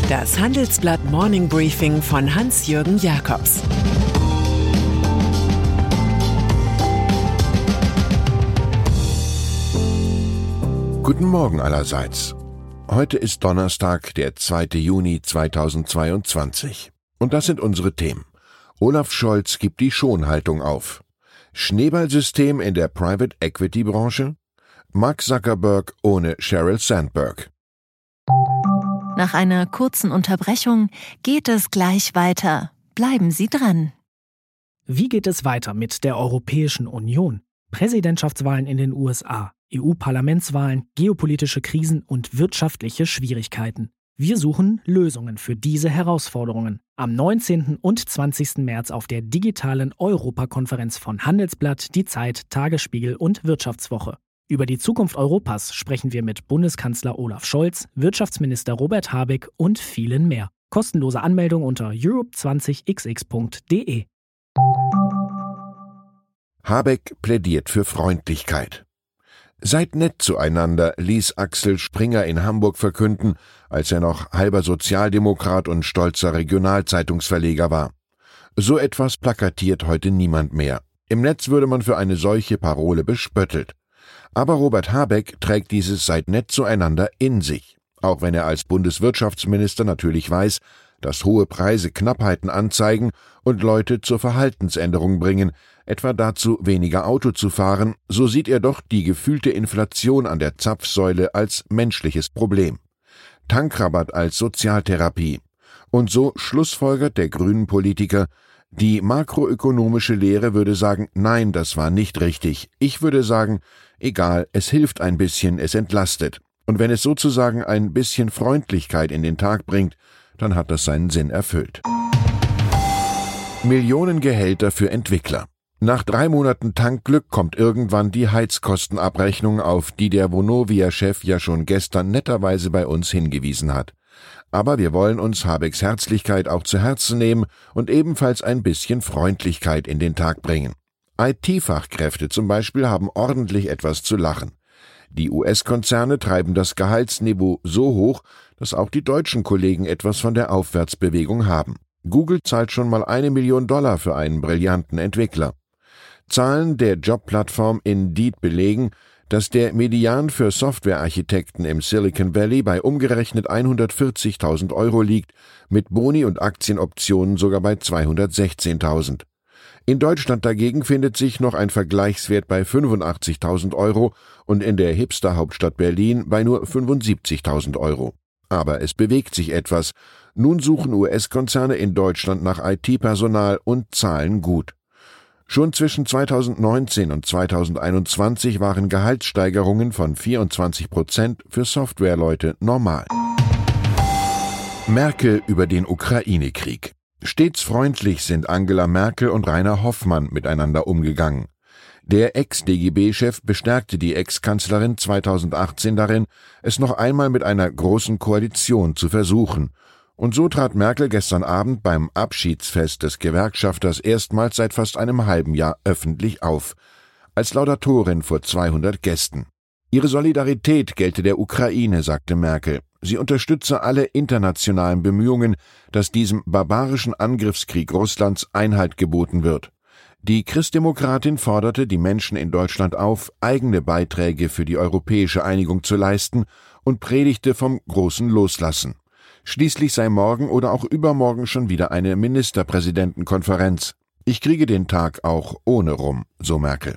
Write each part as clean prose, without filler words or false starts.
Das Handelsblatt Morning Briefing von Hans-Jürgen Jakobs. Guten Morgen allerseits. Heute ist Donnerstag, der 2. Juni 2022. Und das sind unsere Themen. Olaf Scholz gibt die Schonhaltung auf. Schneeballsystem in der Private Equity Branche? Mark Zuckerberg ohne Sheryl Sandberg. Nach einer kurzen Unterbrechung geht es gleich weiter. Bleiben Sie dran. Wie geht es weiter mit der Europäischen Union? Präsidentschaftswahlen in den USA, EU-Parlamentswahlen, geopolitische Krisen und wirtschaftliche Schwierigkeiten. Wir suchen Lösungen für diese Herausforderungen. Am 19. und 20. März auf der digitalen Europakonferenz von Handelsblatt, Die Zeit, Tagesspiegel und Wirtschaftswoche. Über die Zukunft Europas sprechen wir mit Bundeskanzler Olaf Scholz, Wirtschaftsminister Robert Habeck und vielen mehr. Kostenlose Anmeldung unter europe20xx.de. Habeck plädiert für Freundlichkeit. Seid nett zueinander, ließ Axel Springer in Hamburg verkünden, als er noch halber Sozialdemokrat und stolzer Regionalzeitungsverleger war. So etwas plakatiert heute niemand mehr. Im Netz würde man für eine solche Parole bespöttelt. Aber Robert Habeck trägt dieses Seid nett zueinander in sich. Auch wenn er als Bundeswirtschaftsminister natürlich weiß, dass hohe Preise Knappheiten anzeigen und Leute zur Verhaltensänderung bringen, etwa dazu, weniger Auto zu fahren, so sieht er doch die gefühlte Inflation an der Zapfsäule als menschliches Problem. Tankrabatt als Sozialtherapie. Und so schlussfolgert der Grünen-Politiker, die makroökonomische Lehre würde sagen, nein, das war nicht richtig. Ich würde sagen, egal, es hilft ein bisschen, es entlastet. Und wenn es sozusagen ein bisschen Freundlichkeit in den Tag bringt, dann hat das seinen Sinn erfüllt. Millionengehälter für Entwickler. Nach 3 Monaten Tankglück kommt irgendwann die Heizkostenabrechnung, auf die der Vonovia-Chef ja schon gestern netterweise bei uns hingewiesen hat. Aber wir wollen uns Habecks Herzlichkeit auch zu Herzen nehmen und ebenfalls ein bisschen Freundlichkeit in den Tag bringen. IT-Fachkräfte zum Beispiel haben ordentlich etwas zu lachen. Die US-Konzerne treiben das Gehaltsniveau so hoch, dass auch die deutschen Kollegen etwas von der Aufwärtsbewegung haben. Google zahlt schon mal $1 Million für einen brillanten Entwickler. Zahlen der Jobplattform Indeed belegen, dass der Median für Softwarearchitekten im Silicon Valley bei umgerechnet 140.000 Euro liegt, mit Boni und Aktienoptionen sogar bei 216.000. In Deutschland dagegen findet sich noch ein Vergleichswert bei 85.000 Euro und in der Hipster-Hauptstadt Berlin bei nur 75.000 Euro. Aber es bewegt sich etwas. Nun suchen US-Konzerne in Deutschland nach IT-Personal und zahlen gut. Schon zwischen 2019 und 2021 waren Gehaltssteigerungen von 24% für Softwareleute normal. Merkel über den Ukraine-Krieg. Stets freundlich sind Angela Merkel und Rainer Hoffmann miteinander umgegangen. Der Ex-DGB-Chef bestärkte die Ex-Kanzlerin 2018 darin, es noch einmal mit einer großen Koalition zu versuchen. Und so trat Merkel gestern Abend beim Abschiedsfest des Gewerkschafters erstmals seit fast einem halben Jahr öffentlich auf, als Laudatorin vor 200 Gästen. Ihre Solidarität gelte der Ukraine, sagte Merkel. Sie unterstütze alle internationalen Bemühungen, dass diesem barbarischen Angriffskrieg Russlands Einhalt geboten wird. Die Christdemokratin forderte die Menschen in Deutschland auf, eigene Beiträge für die europäische Einigung zu leisten und predigte vom großen Loslassen. Schließlich sei morgen oder auch übermorgen schon wieder eine Ministerpräsidentenkonferenz. Ich kriege den Tag auch ohne rum, so Merkel.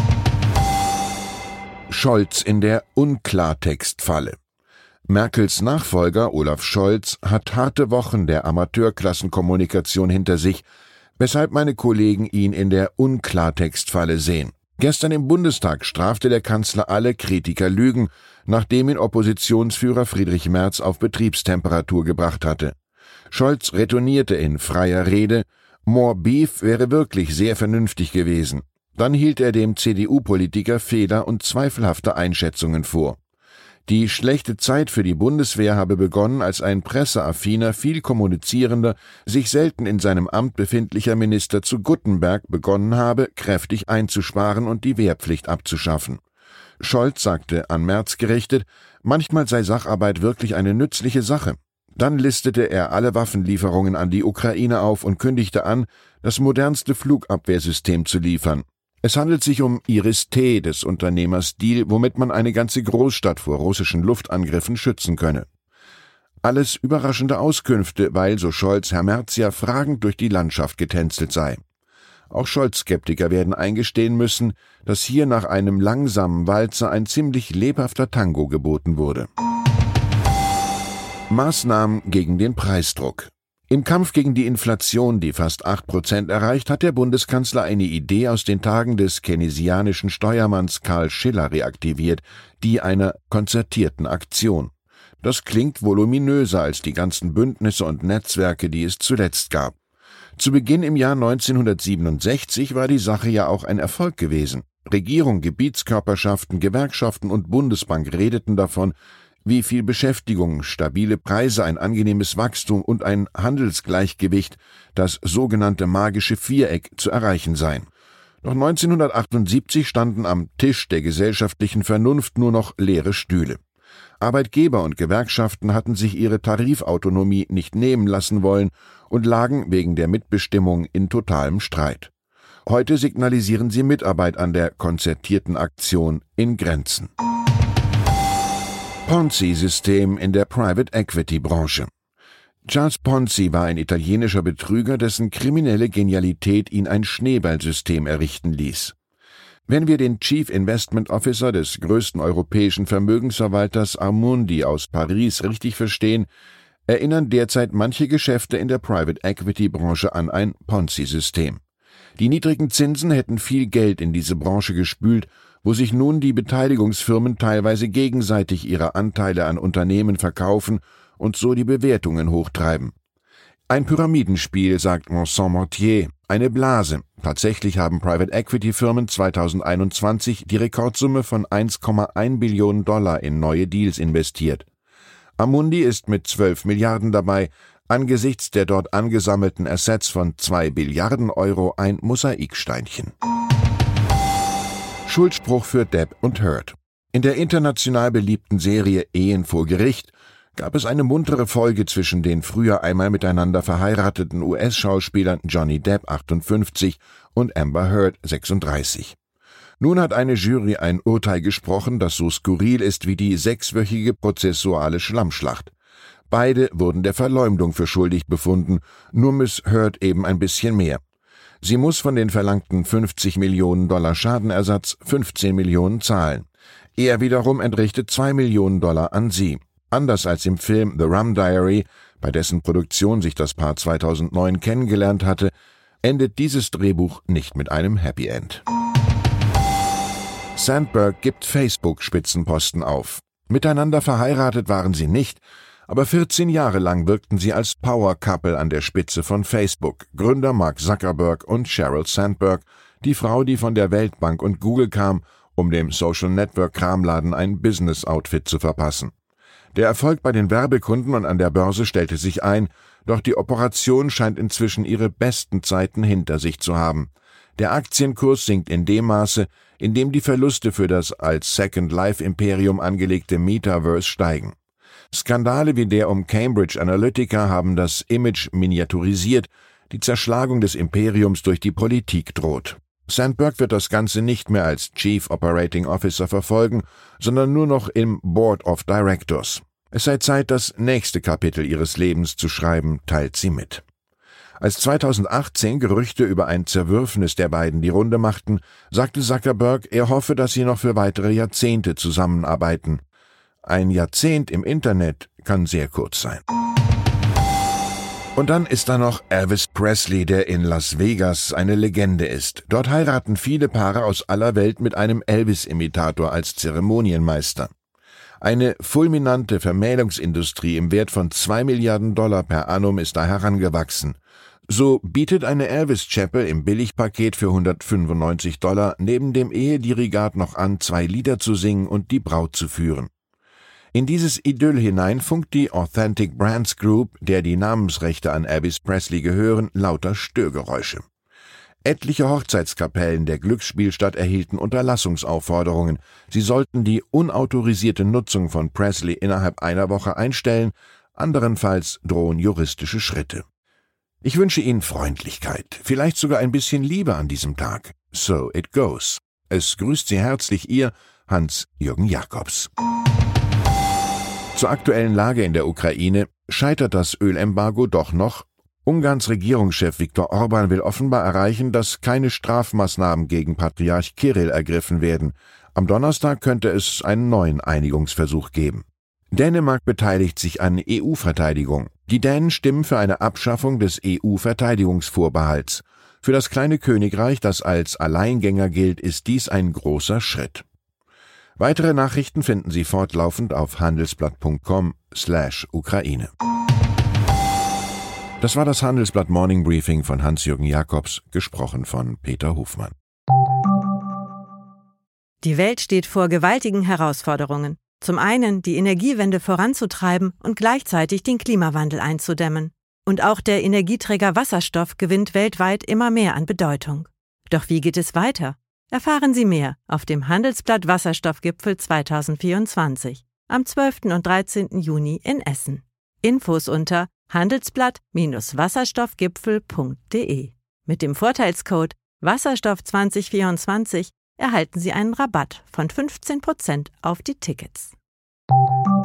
Scholz in der Unklartextfalle. Merkels Nachfolger Olaf Scholz hat harte Wochen der Amateurklassenkommunikation hinter sich, weshalb meine Kollegen ihn in der Unklartextfalle sehen. Gestern im Bundestag strafte der Kanzler alle Kritiker Lügen, nachdem ihn Oppositionsführer Friedrich Merz auf Betriebstemperatur gebracht hatte. Scholz retournierte in freier Rede, more beef wäre wirklich sehr vernünftig gewesen. Dann hielt er dem CDU-Politiker Fehler und zweifelhafte Einschätzungen vor. Die schlechte Zeit für die Bundeswehr habe begonnen, als ein presseaffiner, viel kommunizierender, sich selten in seinem Amt befindlicher Minister zu Guttenberg begonnen habe, kräftig einzusparen und die Wehrpflicht abzuschaffen. Scholz sagte an Merz gerichtet, manchmal sei Sacharbeit wirklich eine nützliche Sache. Dann listete er alle Waffenlieferungen an die Ukraine auf und kündigte an, das modernste Flugabwehrsystem zu liefern. Es handelt sich um Iris-T des Unternehmers Diehl, womit man eine ganze Großstadt vor russischen Luftangriffen schützen könne. Alles überraschende Auskünfte, weil, so Scholz, Herr Merz ja fragend durch die Landschaft getänzelt sei. Auch Scholz-Skeptiker werden eingestehen müssen, dass hier nach einem langsamen Walzer ein ziemlich lebhafter Tango geboten wurde. Maßnahmen gegen den Preisdruck. Im Kampf gegen die Inflation, die fast 8% erreicht, hat der Bundeskanzler eine Idee aus den Tagen des keynesianischen Steuermanns Karl Schiller reaktiviert, die einer konzertierten Aktion. Das klingt voluminöser als die ganzen Bündnisse und Netzwerke, die es zuletzt gab. Zu Beginn im Jahr 1967 war die Sache ja auch ein Erfolg gewesen. Regierung, Gebietskörperschaften, Gewerkschaften und Bundesbank redeten davon, wie viel Beschäftigung, stabile Preise, ein angenehmes Wachstum und ein Handelsgleichgewicht, das sogenannte magische Viereck, zu erreichen seien. Doch 1978 standen am Tisch der gesellschaftlichen Vernunft nur noch leere Stühle. Arbeitgeber und Gewerkschaften hatten sich ihre Tarifautonomie nicht nehmen lassen wollen und lagen wegen der Mitbestimmung in totalem Streit. Heute signalisieren sie Mitarbeit an der konzertierten Aktion in Grenzen. Ponzi-System in der Private-Equity-Branche. Charles Ponzi war ein italienischer Betrüger, dessen kriminelle Genialität ihn ein Schneeballsystem errichten ließ. Wenn wir den Chief Investment Officer des größten europäischen Vermögensverwalters Amundi aus Paris richtig verstehen, erinnern derzeit manche Geschäfte in der Private-Equity-Branche an ein Ponzi-System. Die niedrigen Zinsen hätten viel Geld in diese Branche gespült, wo sich nun die Beteiligungsfirmen teilweise gegenseitig ihre Anteile an Unternehmen verkaufen und so die Bewertungen hochtreiben. Ein Pyramidenspiel, sagt Vincent Mortier, eine Blase. Tatsächlich haben Private-Equity-Firmen 2021 die Rekordsumme von 1,1 Billionen $ in neue Deals investiert. Amundi ist mit 12 Milliarden dabei, angesichts der dort angesammelten Assets von 2 Billiarden € ein Mosaiksteinchen. Schuldspruch für Depp und Heard. In der international beliebten Serie Ehen vor Gericht gab es eine muntere Folge zwischen den früher einmal miteinander verheirateten US-Schauspielern Johnny Depp 58 und Amber Heard 36. Nun hat eine Jury ein Urteil gesprochen, das so skurril ist wie die 6-wöchige prozessuale Schlammschlacht. Beide wurden der Verleumdung für schuldig befunden, nur Miss Heard eben ein bisschen mehr. Sie muss von den verlangten 50 Millionen $ Schadenersatz 15 Millionen zahlen. Er wiederum entrichtet 2 Millionen $ an sie. Anders als im Film The Rum Diary, bei dessen Produktion sich das Paar 2009 kennengelernt hatte, endet dieses Drehbuch nicht mit einem Happy End. Sandberg gibt Facebook-Spitzenposten auf. Miteinander verheiratet waren sie nicht, aber 14 Jahre lang wirkten sie als Power-Couple an der Spitze von Facebook. Gründer Mark Zuckerberg und Sheryl Sandberg, die Frau, die von der Weltbank und Google kam, um dem Social-Network-Kramladen ein Business-Outfit zu verpassen. Der Erfolg bei den Werbekunden und an der Börse stellte sich ein, doch die Operation scheint inzwischen ihre besten Zeiten hinter sich zu haben. Der Aktienkurs sinkt in dem Maße, in dem die Verluste für das als Second Life-Imperium angelegte Metaverse steigen. Skandale wie der um Cambridge Analytica haben das Image miniaturisiert, die Zerschlagung des Imperiums durch die Politik droht. Sandberg wird das Ganze nicht mehr als Chief Operating Officer verfolgen, sondern nur noch im Board of Directors. Es sei Zeit, das nächste Kapitel ihres Lebens zu schreiben, teilt sie mit. Als 2018 Gerüchte über ein Zerwürfnis der beiden die Runde machten, sagte Zuckerberg, er hoffe, dass sie noch für weitere Jahrzehnte zusammenarbeiten. Ein Jahrzehnt im Internet kann sehr kurz sein. Und dann ist da noch Elvis Presley, der in Las Vegas eine Legende ist. Dort heiraten viele Paare aus aller Welt mit einem Elvis-Imitator als Zeremonienmeister. Eine fulminante Vermählungsindustrie im Wert von 2 Milliarden $ per annum ist da herangewachsen. So bietet eine Elvis Chapel im Billigpaket für $195 neben dem Ehedirigat noch an, 2 Lieder zu singen und die Braut zu führen. In dieses Idyll hinein funkt die Authentic Brands Group, der die Namensrechte an Elvis Presley gehören, lauter Störgeräusche. Etliche Hochzeitskapellen der Glücksspielstadt erhielten Unterlassungsaufforderungen. Sie sollten die unautorisierte Nutzung von Presley innerhalb einer Woche einstellen, Anderenfalls drohen juristische Schritte. Ich wünsche Ihnen Freundlichkeit, vielleicht sogar ein bisschen Liebe an diesem Tag. So it goes. Es grüßt Sie herzlich Ihr Hans-Jürgen Jakobs. Zur aktuellen Lage in der Ukraine: Scheitert das Ölembargo doch noch? Ungarns Regierungschef Viktor Orbán will offenbar erreichen, dass keine Strafmaßnahmen gegen Patriarch Kirill ergriffen werden. Am Donnerstag könnte es einen neuen Einigungsversuch geben. Dänemark beteiligt sich an EU-Verteidigung. Die Dänen stimmen für eine Abschaffung des EU-Verteidigungsvorbehalts. Für das kleine Königreich, das als Alleingänger gilt, ist dies ein großer Schritt. Weitere Nachrichten finden Sie fortlaufend auf handelsblatt.com/Ukraine. Das war das Handelsblatt Morning Briefing von Hans-Jürgen Jakobs, gesprochen von Peter Hofmann. Die Welt steht vor gewaltigen Herausforderungen. Zum einen die Energiewende voranzutreiben und gleichzeitig den Klimawandel einzudämmen. Und auch der Energieträger Wasserstoff gewinnt weltweit immer mehr an Bedeutung. Doch wie geht es weiter? Erfahren Sie mehr auf dem Handelsblatt Wasserstoffgipfel 2024 am 12. und 13. Juni in Essen. Infos unter handelsblatt-wasserstoffgipfel.de. Mit dem Vorteilscode Wasserstoff2024 erhalten Sie einen Rabatt von 15% auf die Tickets.